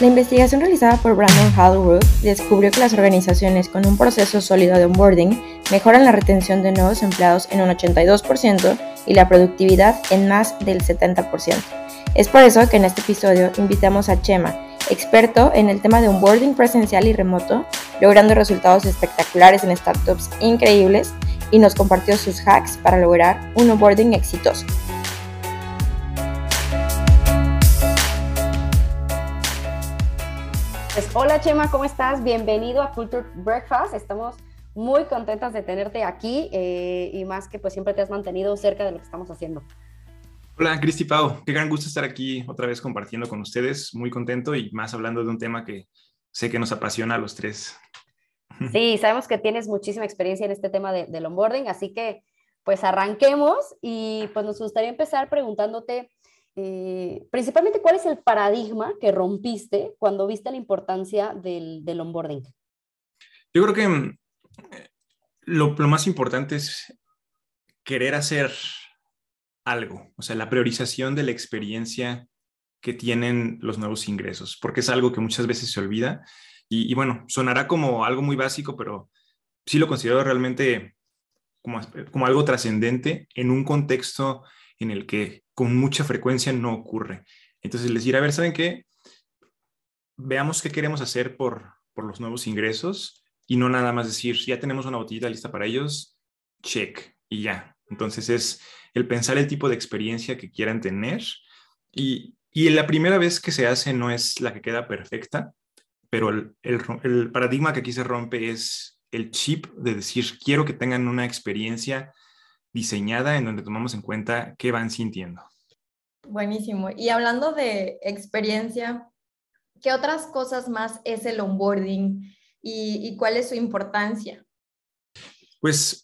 La investigación realizada por Brandon Hallroot descubrió que las organizaciones con un proceso sólido de onboarding mejoran la retención de nuevos empleados en un 82% y la productividad en más del 70%. Es por eso que en este episodio invitamos a Chema, experto en el tema de onboarding presencial y remoto, logrando resultados espectaculares en startups increíbles, y nos compartió sus hacks para lograr un onboarding exitoso. Pues, hola Chema, ¿cómo estás? Bienvenido a Culture Breakfast. Estamos muy contentas de tenerte aquí y más que pues siempre te has mantenido cerca de lo que estamos haciendo. Hola, Cristi, Pau. Qué gran gusto estar aquí otra vez compartiendo con ustedes. Muy contento y más hablando de un tema que sé que nos apasiona a los tres. Sí, sabemos que tienes muchísima experiencia en este tema del onboarding, así que pues arranquemos y pues nos gustaría empezar preguntándote principalmente cuál es el paradigma que rompiste cuando viste la importancia del onboarding. Yo creo que lo más importante es querer hacer algo, o sea, la priorización de la experiencia que tienen los nuevos ingresos, porque es algo que muchas veces se olvida y bueno, sonará como algo muy básico, pero sí lo considero realmente como algo trascendente en un contexto en el que con mucha frecuencia no ocurre. Entonces, les diré, a ver, ¿saben qué? Veamos qué queremos hacer por los nuevos ingresos y no nada más decir, ya tenemos una botellita lista para ellos, check, y ya. Entonces, es el pensar el tipo de experiencia que quieran tener y la primera vez que se hace no es la que queda perfecta, pero el paradigma que aquí se rompe es el chip de decir, quiero que tengan una experiencia diseñada en donde tomamos en cuenta qué van sintiendo. Buenísimo. Y hablando de experiencia, ¿qué otras cosas más es el onboarding y cuál es su importancia? Pues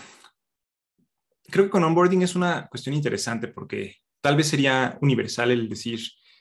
creo que con onboarding es una cuestión interesante porque tal vez sería universal el decir,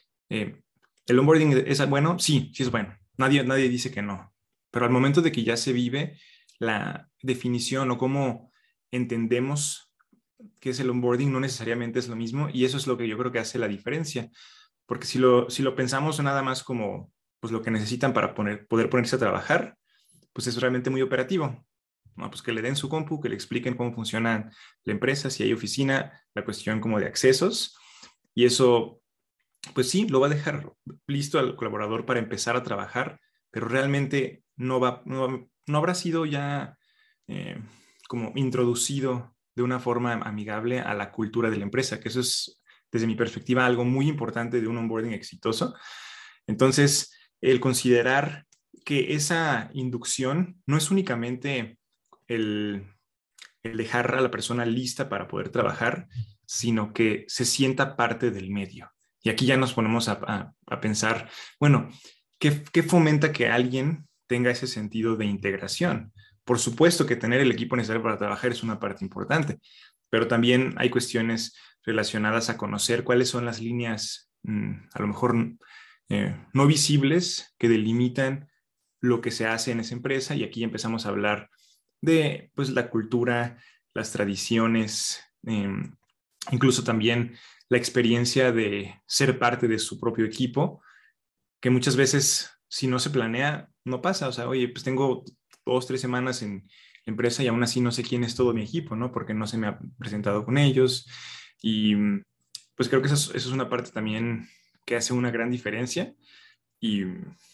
¿el onboarding es bueno? Sí, sí es bueno. Nadie dice que no. Pero al momento de que ya se vive, la definición o cómo entendemos qué es el onboarding no necesariamente es lo mismo y eso es lo que yo creo que hace la diferencia. Porque si lo pensamos nada más como pues, lo que necesitan para poder ponerse a trabajar, pues es realmente muy operativo. ¿No? Pues que le den su compu, que le expliquen cómo funciona la empresa, si hay oficina, la cuestión como de accesos. Y eso, pues sí, lo va a dejar listo al colaborador para empezar a trabajar, pero realmente no habrá sido ya como introducido de una forma amigable a la cultura de la empresa, que eso es, desde mi perspectiva, algo muy importante de un onboarding exitoso. Entonces, el considerar que esa inducción no es únicamente el, el dejar a la persona lista para poder trabajar, sino que se sienta parte del medio. Y aquí ya nos ponemos a pensar, bueno, ¿qué fomenta que alguien tenga ese sentido de integración? Por supuesto que tener el equipo necesario para trabajar es una parte importante, pero también hay cuestiones relacionadas a conocer cuáles son las líneas, a lo mejor no visibles, que delimitan lo que se hace en esa empresa. Y aquí empezamos a hablar de pues, la cultura, las tradiciones, incluso también la experiencia de ser parte de su propio equipo, que muchas veces si no se planea, no pasa. O sea, oye, pues tengo 2, 3 semanas en la empresa y aún así no sé quién es todo mi equipo, ¿no? Porque no se me ha presentado con ellos. Y pues creo que eso es una parte también que hace una gran diferencia. Y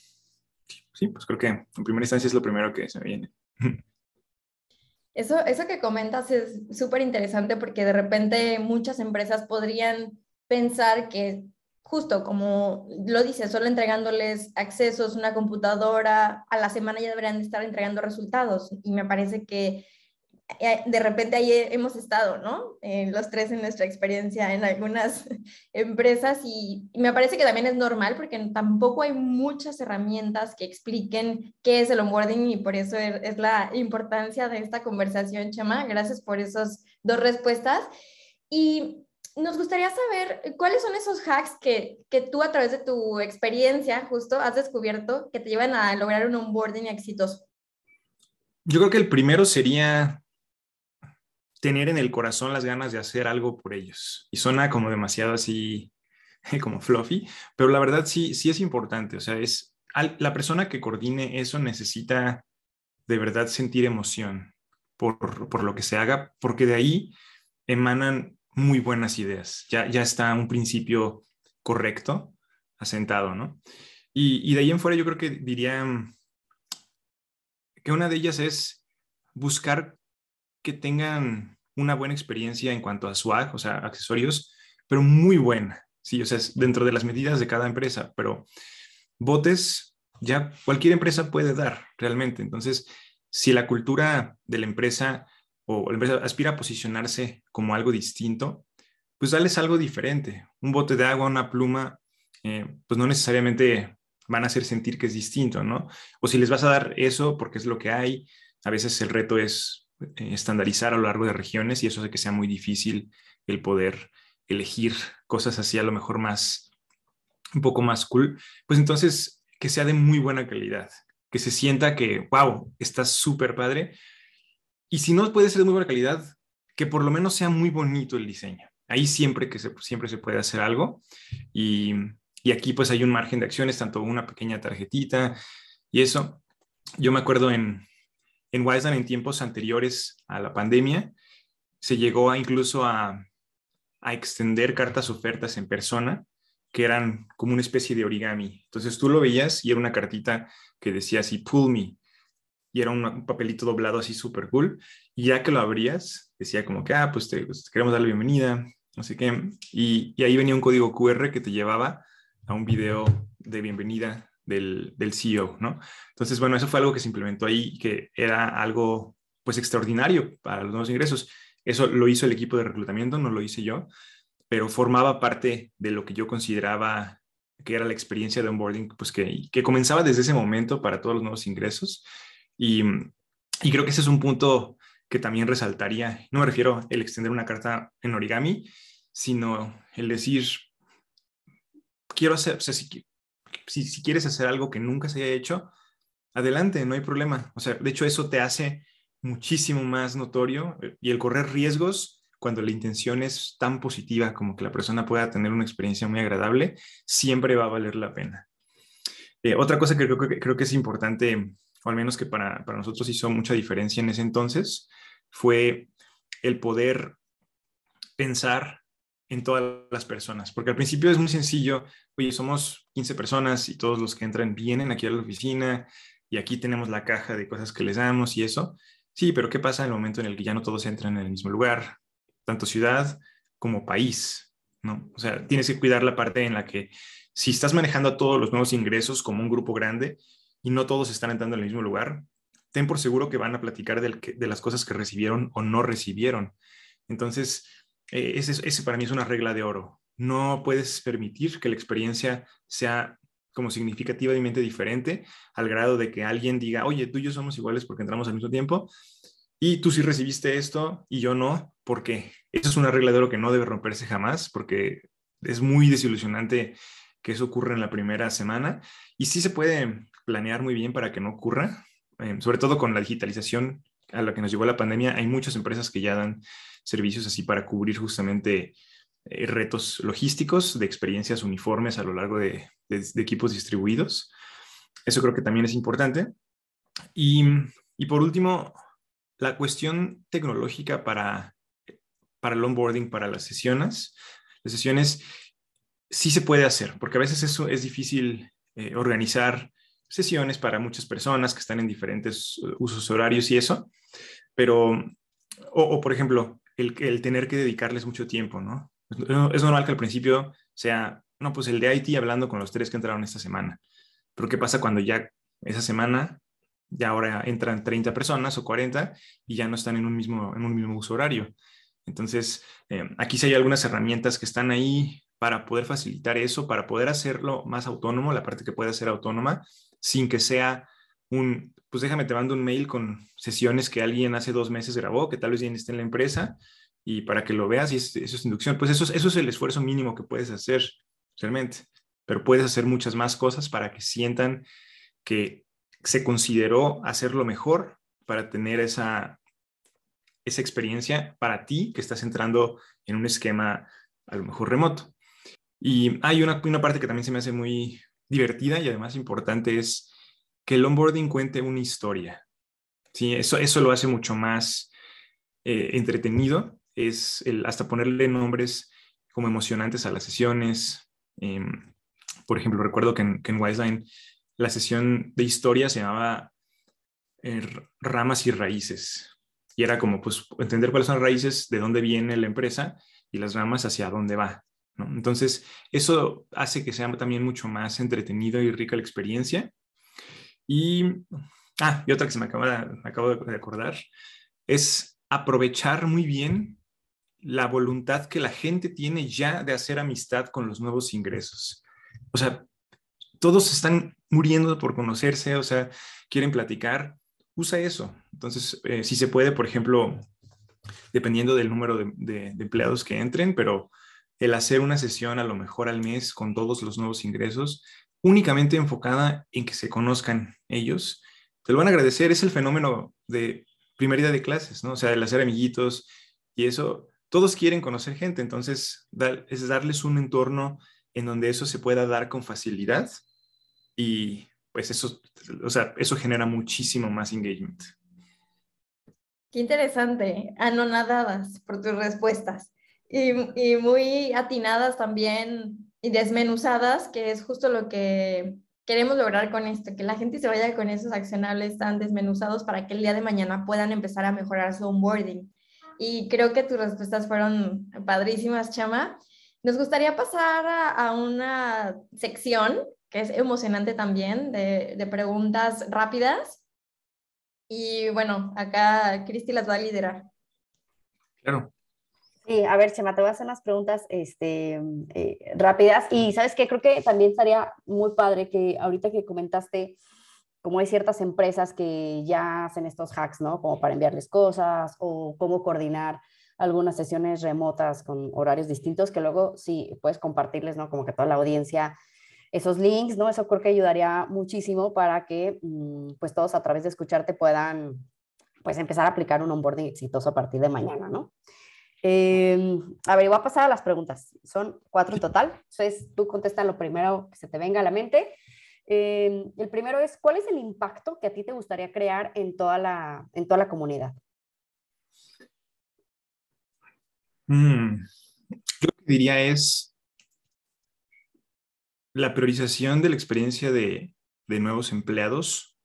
sí, pues creo que en primera instancia es lo primero que se me viene. Eso que comentas es súper interesante porque de repente muchas empresas podrían pensar que justo como lo dice, solo entregándoles accesos, una computadora, a la semana ya deberían estar entregando resultados. Y me parece que de repente ahí hemos estado, ¿no? Los tres en nuestra experiencia en algunas empresas y me parece que también es normal porque tampoco hay muchas herramientas que expliquen qué es el onboarding y por eso es la importancia de esta conversación, Chema. Gracias por esas dos respuestas. Y nos gustaría saber cuáles son esos hacks que tú a través de tu experiencia justo has descubierto que te llevan a lograr un onboarding exitoso. Yo creo que el primero sería tener en el corazón las ganas de hacer algo por ellos. Y suena como demasiado así como fluffy, pero la verdad sí, sí es importante. O sea, la persona que coordine eso necesita de verdad sentir emoción por lo que se haga, porque de ahí emanan muy buenas ideas. Ya está un principio correcto, asentado, ¿no? Y de ahí en fuera yo creo que diría que una de ellas es buscar que tengan una buena experiencia en cuanto a swag, o sea, accesorios, pero muy buena. Sí, o sea, es dentro de las medidas de cada empresa, pero botes ya cualquier empresa puede dar realmente. Entonces, si la cultura de la empresa o la empresa aspira a posicionarse como algo distinto, pues dales algo diferente. Un bote de agua, una pluma, pues no necesariamente van a hacer sentir que es distinto, ¿no? O si les vas a dar eso porque es lo que hay, a veces el reto es estandarizar a lo largo de regiones y eso hace que sea muy difícil el poder elegir cosas así a lo mejor más, un poco más cool, pues entonces que sea de muy buena calidad, que se sienta que, wow, está súper padre. Y si no puede ser de muy buena calidad, que por lo menos sea muy bonito el diseño. Ahí siempre se puede hacer algo. Y, y aquí pues hay un margen de acciones, tanto una pequeña tarjetita y eso. Yo me acuerdo en Wiseland en tiempos anteriores a la pandemia, se llegó incluso a extender cartas ofertas en persona que eran como una especie de origami. Entonces tú lo veías y era una cartita que decía así, pull me, y era un papelito doblado así súper cool. Y ya que lo abrías, decía como que, pues te queremos dar la bienvenida, no sé qué. Y ahí venía un código QR que te llevaba a un video de bienvenida del CEO, ¿no? Entonces, bueno, eso fue algo que se implementó ahí, que era algo pues extraordinario para los nuevos ingresos. Eso lo hizo el equipo de reclutamiento, no lo hice yo, pero formaba parte de lo que yo consideraba que era la experiencia de onboarding, pues que comenzaba desde ese momento para todos los nuevos ingresos. Y, y creo que ese es un punto que también resaltaría. No me refiero el extender una carta en origami, sino el decir, quiero hacer, o sea, si quieres hacer algo que nunca se haya hecho, adelante, no hay problema. O sea, de hecho eso te hace muchísimo más notorio y el correr riesgos cuando la intención es tan positiva como que la persona pueda tener una experiencia muy agradable, siempre va a valer la pena. Otra cosa que creo que es importante, o al menos que para nosotros hizo mucha diferencia en ese entonces, fue el poder pensar en todas las personas, porque al principio es muy sencillo, oye, somos 15 personas y todos los que entran vienen aquí a la oficina y aquí tenemos la caja de cosas que les damos y eso. Sí, pero ¿qué pasa en el momento en el que ya no todos entran en el mismo lugar, tanto ciudad como país, ¿no? O sea, tienes que cuidar la parte en la que si estás manejando a todos los nuevos ingresos como un grupo grande y no todos están entrando en el mismo lugar, ten por seguro que van a platicar de las cosas que recibieron o no recibieron. Entonces, ese para mí es una regla de oro. No puedes permitir que la experiencia sea como significativamente diferente al grado de que alguien diga, oye, tú y yo somos iguales porque entramos al mismo tiempo y tú sí recibiste esto y yo no, porque eso es una regla de oro que no debe romperse jamás porque es muy desilusionante que eso ocurra en la primera semana y sí se puede planear muy bien para que no ocurra, sobre todo con la digitalización a la que nos llegó la pandemia. Hay muchas empresas que ya dan servicios así para cubrir justamente retos logísticos de experiencias uniformes a lo largo de equipos distribuidos. Eso creo que también es importante. Y, y por último, la cuestión tecnológica para el onboarding, para las sesiones sí se puede hacer, porque a veces eso es difícil organizar sesiones para muchas personas que están en diferentes usos horarios y eso, pero, por ejemplo, el tener que dedicarles mucho tiempo, ¿no? Es normal que al principio sea, no, pues el de IT hablando con los 3 que entraron esta semana, pero ¿qué pasa cuando ya esa semana, ya ahora entran 30 personas o 40 y ya no están en un mismo uso horario? Entonces, aquí sí hay algunas herramientas que están ahí para poder facilitar eso, para poder hacerlo más autónomo, la parte que pueda ser autónoma, sin que sea pues déjame, te mando un mail con sesiones que alguien hace 2 meses grabó, que tal vez ya esté en la empresa, y para que lo veas, y eso es inducción. Pues eso es el esfuerzo mínimo que puedes hacer realmente, pero puedes hacer muchas más cosas para que sientan que se consideró hacerlo mejor para tener esa experiencia para ti que estás entrando en un esquema a lo mejor remoto. Y hay una parte que también se me hace muy divertida y además importante es que el onboarding cuente una historia. Sí, eso lo hace mucho más entretenido. Es hasta ponerle nombres como emocionantes a las sesiones. Por ejemplo, recuerdo que en Wiseline la sesión de historia se llamaba Ramas y Raíces. Y era como pues entender cuáles son las raíces, de dónde viene la empresa y las ramas hacia dónde va, ¿no? Entonces, eso hace que sea también mucho más entretenido y rica la experiencia. Y, y otra que me acabo de acordar, es aprovechar muy bien la voluntad que la gente tiene ya de hacer amistad con los nuevos ingresos. O sea, todos están muriendo por conocerse, o sea, quieren platicar, usa eso. Entonces, si se puede, por ejemplo, dependiendo del número de empleados que entren, pero el hacer una sesión a lo mejor al mes con todos los nuevos ingresos, únicamente enfocada en que se conozcan ellos, te lo van a agradecer. Es el fenómeno de primer día de clases, ¿no? O sea, el hacer amiguitos y eso, todos quieren conocer gente, entonces es darles un entorno en donde eso se pueda dar con facilidad y pues eso, o sea, eso genera muchísimo más engagement. Qué interesante, anonadadas por tus respuestas y muy atinadas también y desmenuzadas, que es justo lo que queremos lograr con esto, que la gente se vaya con esos accionables tan desmenuzados para que el día de mañana puedan empezar a mejorar su onboarding. Y creo que tus respuestas fueron padrísimas, Chama. Nos gustaría pasar a una sección que es emocionante también, de preguntas rápidas. Y bueno, acá Cristi las va a liderar. Claro. Sí, a ver, Chema, te voy a hacer unas preguntas rápidas. Y sabes qué, creo que también estaría muy padre que ahorita que comentaste, como hay ciertas empresas que ya hacen estos hacks, ¿no? Como para enviarles cosas o cómo coordinar algunas sesiones remotas con horarios distintos, que luego sí puedes compartirles, ¿no? Como que toda la audiencia esos links, ¿no? Eso creo que ayudaría muchísimo para que pues todos a través de escucharte puedan pues empezar a aplicar un onboarding exitoso a partir de mañana, ¿no? A ver, voy a pasar a las preguntas. Son 4 en total. Entonces, tú contestas lo primero que se te venga a la mente. El primero es, ¿cuál es el impacto que a ti te gustaría crear en toda la comunidad? Yo lo que diría es la priorización de la experiencia de nuevos empleados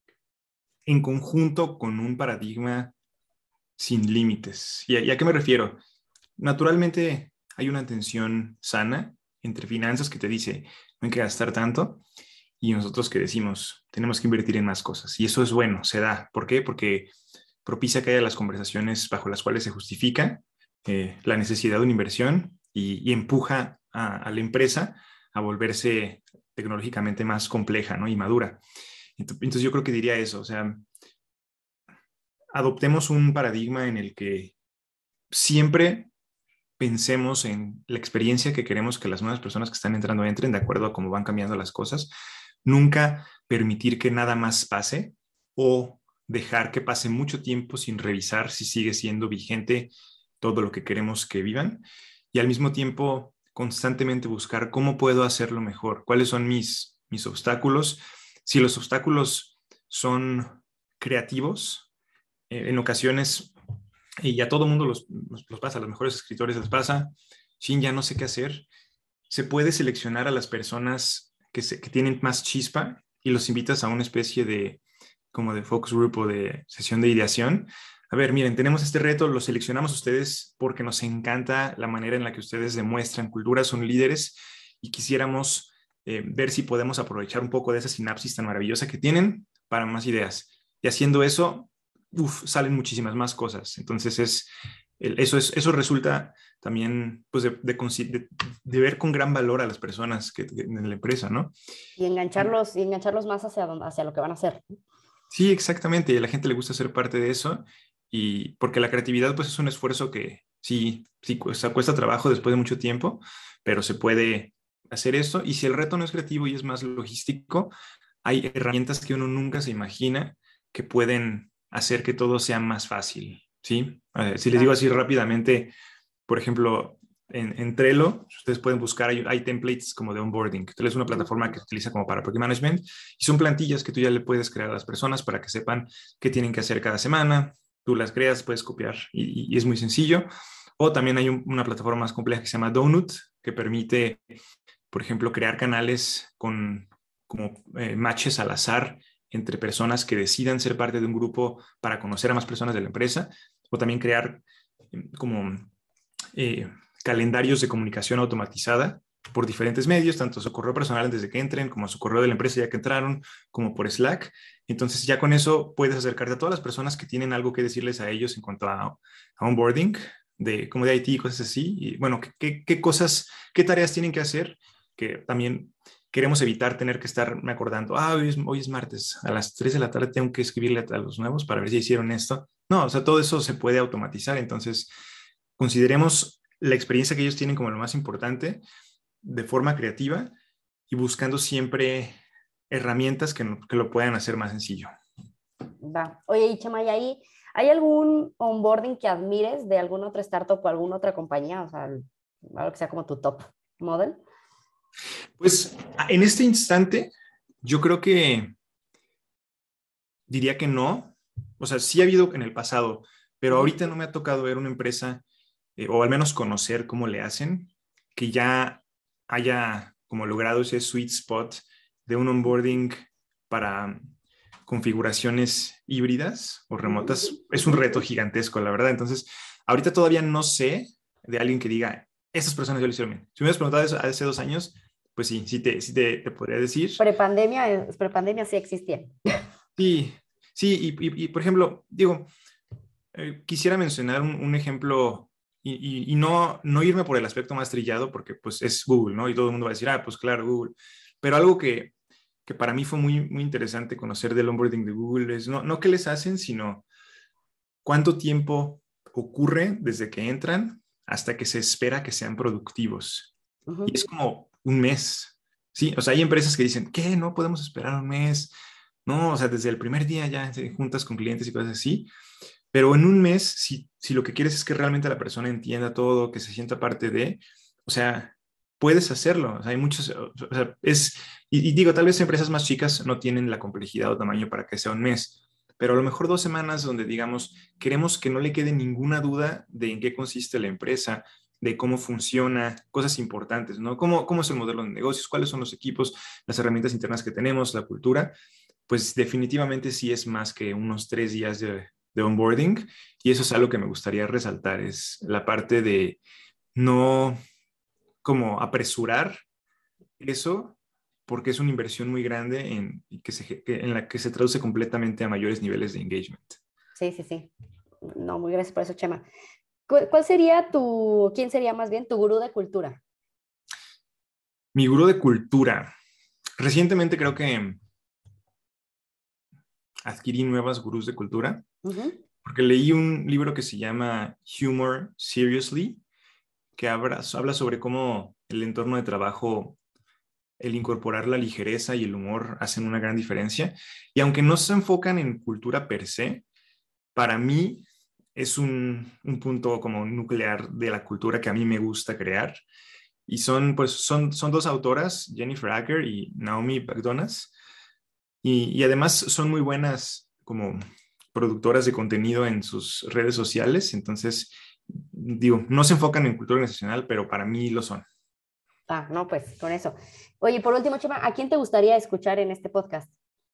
en conjunto con un paradigma sin límites. ¿Y a qué me refiero? Naturalmente hay una tensión sana entre finanzas que te dice no hay que gastar tanto y nosotros que decimos tenemos que invertir en más cosas. Y eso es bueno, se da. ¿Por qué? Porque propicia que haya las conversaciones bajo las cuales se justifica la necesidad de una inversión y empuja a la empresa a volverse tecnológicamente más compleja, ¿no? Y madura. Entonces yo creo que diría eso, o sea, adoptemos un paradigma en el que siempre pensemos en la experiencia que queremos que las nuevas personas que están entrando entren de acuerdo a cómo van cambiando las cosas. Nunca permitir que nada más pase o dejar que pase mucho tiempo sin revisar si sigue siendo vigente todo lo que queremos que vivan. Y al mismo tiempo, constantemente buscar cómo puedo hacerlo mejor, cuáles son mis obstáculos. Si los obstáculos son creativos, en ocasiones, y a todo mundo los pasa, a los mejores escritores les pasa, Shin, ya no sé qué hacer, se puede seleccionar a las personas que tienen más chispa y los invitas a una especie de como de focus group o de sesión de ideación. A ver, miren, tenemos este reto, lo seleccionamos ustedes porque nos encanta la manera en la que ustedes demuestran cultura, son líderes y quisiéramos ver si podemos aprovechar un poco de esa sinapsis tan maravillosa que tienen para más ideas. Y haciendo eso, salen muchísimas más cosas. Entonces, eso resulta también pues, de ver con gran valor a las personas en la empresa, ¿no? Y engancharlos más hacia lo que van a hacer. Sí, exactamente. Y a la gente le gusta ser parte de eso. Y porque la creatividad pues es un esfuerzo que sí cuesta trabajo después de mucho tiempo, pero se puede hacer eso. Y si el reto no es creativo y es más logístico, hay herramientas que uno nunca se imagina que pueden hacer que todo sea más fácil, ¿sí? Si les digo así rápidamente, por ejemplo, en Trello, ustedes pueden buscar, hay templates como de onboarding. Trello es una plataforma que se utiliza como para project management y son plantillas que tú ya le puedes crear a las personas para que sepan qué tienen que hacer cada semana. Tú las creas, puedes copiar y es muy sencillo. O también hay una plataforma más compleja que se llama Donut, que permite, por ejemplo, crear canales con como matches al azar entre personas que decidan ser parte de un grupo para conocer a más personas de la empresa, o también crear como calendarios de comunicación automatizada por diferentes medios, tanto su correo personal antes de que entren, como su correo de la empresa ya que entraron, como por Slack. Entonces ya con eso puedes acercarte a todas las personas que tienen algo que decirles a ellos en cuanto a onboarding, como de IT y cosas así. Y bueno, qué cosas, qué tareas tienen que hacer, que también queremos evitar tener que estarme acordando, hoy es martes, a las 3 de la tarde tengo que escribirle a los nuevos para ver si hicieron esto. No, o sea, todo eso se puede automatizar, entonces consideremos la experiencia que ellos tienen como lo más importante de forma creativa y buscando siempre herramientas que lo puedan hacer más sencillo. Va. Oye, y Chama, ¿y ahí hay algún onboarding que admires de alguna otra startup o alguna otra compañía? O sea, algo que sea como tu top model. Pues en este instante, yo creo que diría que no. O sea, sí ha habido en el pasado, pero ahorita no me ha tocado ver una empresa, o al menos conocer cómo le hacen, que ya haya como logrado ese sweet spot de un onboarding para configuraciones híbridas o remotas. Es un reto gigantesco, la verdad. Entonces, ahorita todavía no sé de alguien que diga, esas personas ya lo hicieron bien. Si me hubieras preguntado eso hace 2 años, pues sí te podría decir. Prepandemia sí existía. Sí, sí, y por ejemplo, digo, quisiera mencionar un ejemplo y no irme por el aspecto más trillado porque pues es Google, ¿no? Y todo el mundo va a decir, pues claro, Google. Pero algo que para mí fue muy, muy interesante conocer del onboarding de Google es no qué les hacen, sino cuánto tiempo ocurre desde que entran hasta que se espera que sean productivos. Y es como un mes, ¿sí? O sea, hay empresas que dicen, ¿qué? No podemos esperar un mes. No, o sea, desde el primer día ya te juntas con clientes y cosas así. Pero en un mes, si lo que quieres es que realmente la persona entienda todo, que se sienta parte de, o sea, puedes hacerlo. O sea, hay muchos, o sea, y digo, tal vez empresas más chicas no tienen la complejidad o tamaño para que sea un mes, pero a lo mejor 2 semanas donde digamos, queremos que no le quede ninguna duda de en qué consiste la empresa, de cómo funciona, cosas importantes, ¿no? ¿Cómo es el modelo de negocios? ¿Cuáles son los equipos, las herramientas internas que tenemos, la cultura? Pues definitivamente sí es más que unos 3 días de onboarding y eso es algo que me gustaría resaltar, es la parte de no como apresurar eso porque es una inversión muy grande en la que se traduce completamente a mayores niveles de engagement. Sí, sí, sí. No, muy gracias por eso, Chema. ¿Cuál sería quién sería más bien tu gurú de cultura? Mi gurú de cultura. Recientemente creo que adquirí nuevas gurús de cultura porque leí un libro que se llama Humor Seriously, que habla sobre cómo el entorno de trabajo, el incorporar la ligereza y el humor hacen una gran diferencia. Y aunque no se enfocan en cultura per se, para mí es un punto como nuclear de la cultura que a mí me gusta crear. Y son 2 autoras, Jennifer Acker y Naomi McDonas. Y además son muy buenas como productoras de contenido en sus redes sociales. Entonces, digo, no se enfocan en cultura nacional, pero para mí lo son. No, pues con eso. Oye, por último, Chema, ¿a quién te gustaría escuchar en este podcast?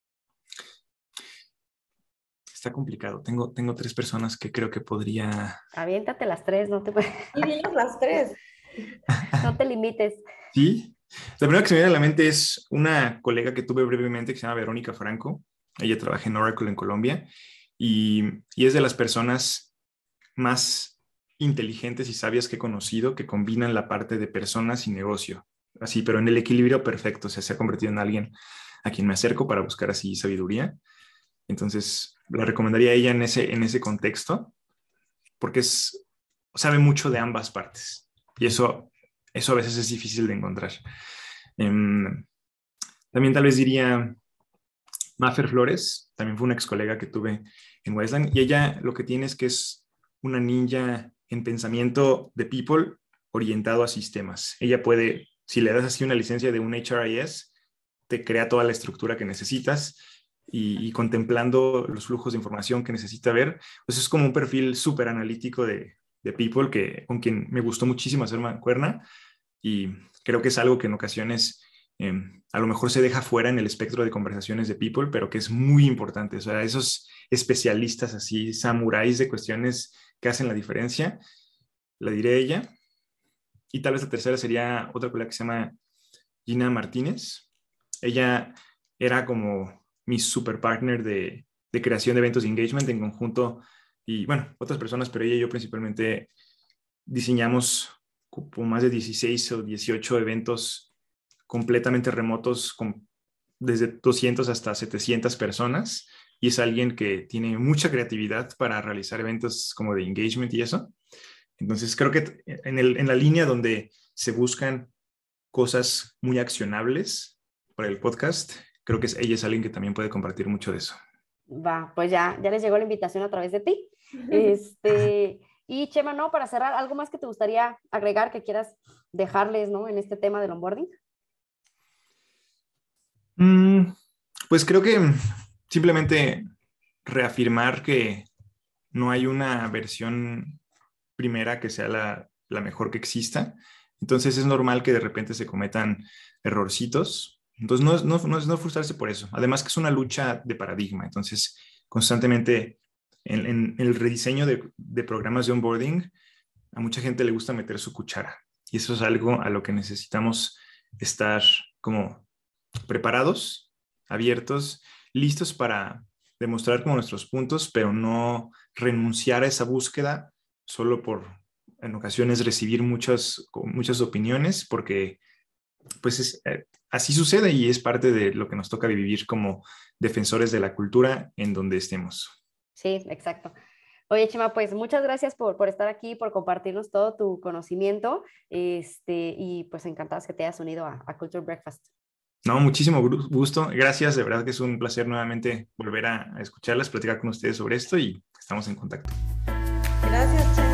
Está complicado. Tengo 3 personas que creo que podría... Aviéntate las 3, no te Y dinos las 3. no te limites. Sí. La primera que se me viene a la mente es una colega que tuve brevemente que se llama Verónica Franco. Ella trabaja en Oracle en Colombia y es de las personas más inteligentes y sabias que he conocido que combinan la parte de personas y negocio. Así, pero en el equilibrio perfecto. O sea, se ha convertido en alguien a quien me acerco para buscar así sabiduría. Entonces, la recomendaría a ella en ese contexto porque sabe mucho de ambas partes. Y eso a veces es difícil de encontrar. También tal vez diría Mafer Flores, también fue una ex colega que tuve en Westland, y ella lo que tiene es que es una ninja en pensamiento de people orientado a sistemas. Ella puede, si le das así una licencia de un HRIS, te crea toda la estructura que necesitas y contemplando los flujos de información que necesita ver. Pues es como un perfil súper analítico de People con quien me gustó muchísimo hacer mancuerna y creo que es algo que en ocasiones a lo mejor se deja fuera en el espectro de conversaciones de People, pero que es muy importante. O sea, esos especialistas así, samuráis de cuestiones que hacen la diferencia, la diré ella. Y tal vez la tercera sería otra colega que se llama Gina Martínez. Ella era como mi super partner de creación de eventos de engagement en conjunto y bueno, otras personas, pero ella y yo principalmente diseñamos como más de 16 o 18 eventos completamente remotos desde 200 hasta 700 personas y es alguien que tiene mucha creatividad para realizar eventos como de engagement y eso. Entonces creo que en la línea donde se buscan cosas muy accionables para el podcast, creo que ella es alguien que también puede compartir mucho de eso. Va, pues ya les llegó la invitación a través de ti. Y Chema, ¿no? Para cerrar, ¿algo más que te gustaría agregar que quieras dejarles, ¿no? En este tema del onboarding. Pues creo que simplemente reafirmar que no hay una versión primera que sea la mejor que exista. Entonces es normal que de repente se cometan errorcitos. Entonces no frustrarse por eso. Además que es una lucha de paradigma. Entonces constantemente en el rediseño de programas de onboarding, a mucha gente le gusta meter su cuchara. Y eso es algo a lo que necesitamos estar como preparados, abiertos, listos para demostrar como nuestros puntos, pero no renunciar a esa búsqueda solo por en ocasiones recibir muchas opiniones, porque pues así sucede y es parte de lo que nos toca vivir como defensores de la cultura en donde estemos. Sí, exacto. Oye, Chema, pues muchas gracias por estar aquí, por compartirnos todo tu conocimiento y pues encantadas que te hayas unido a Culture Breakfast. No, muchísimo gusto. Gracias, de verdad que es un placer nuevamente volver a escucharlas, platicar con ustedes sobre esto y estamos en contacto. Gracias, Chema.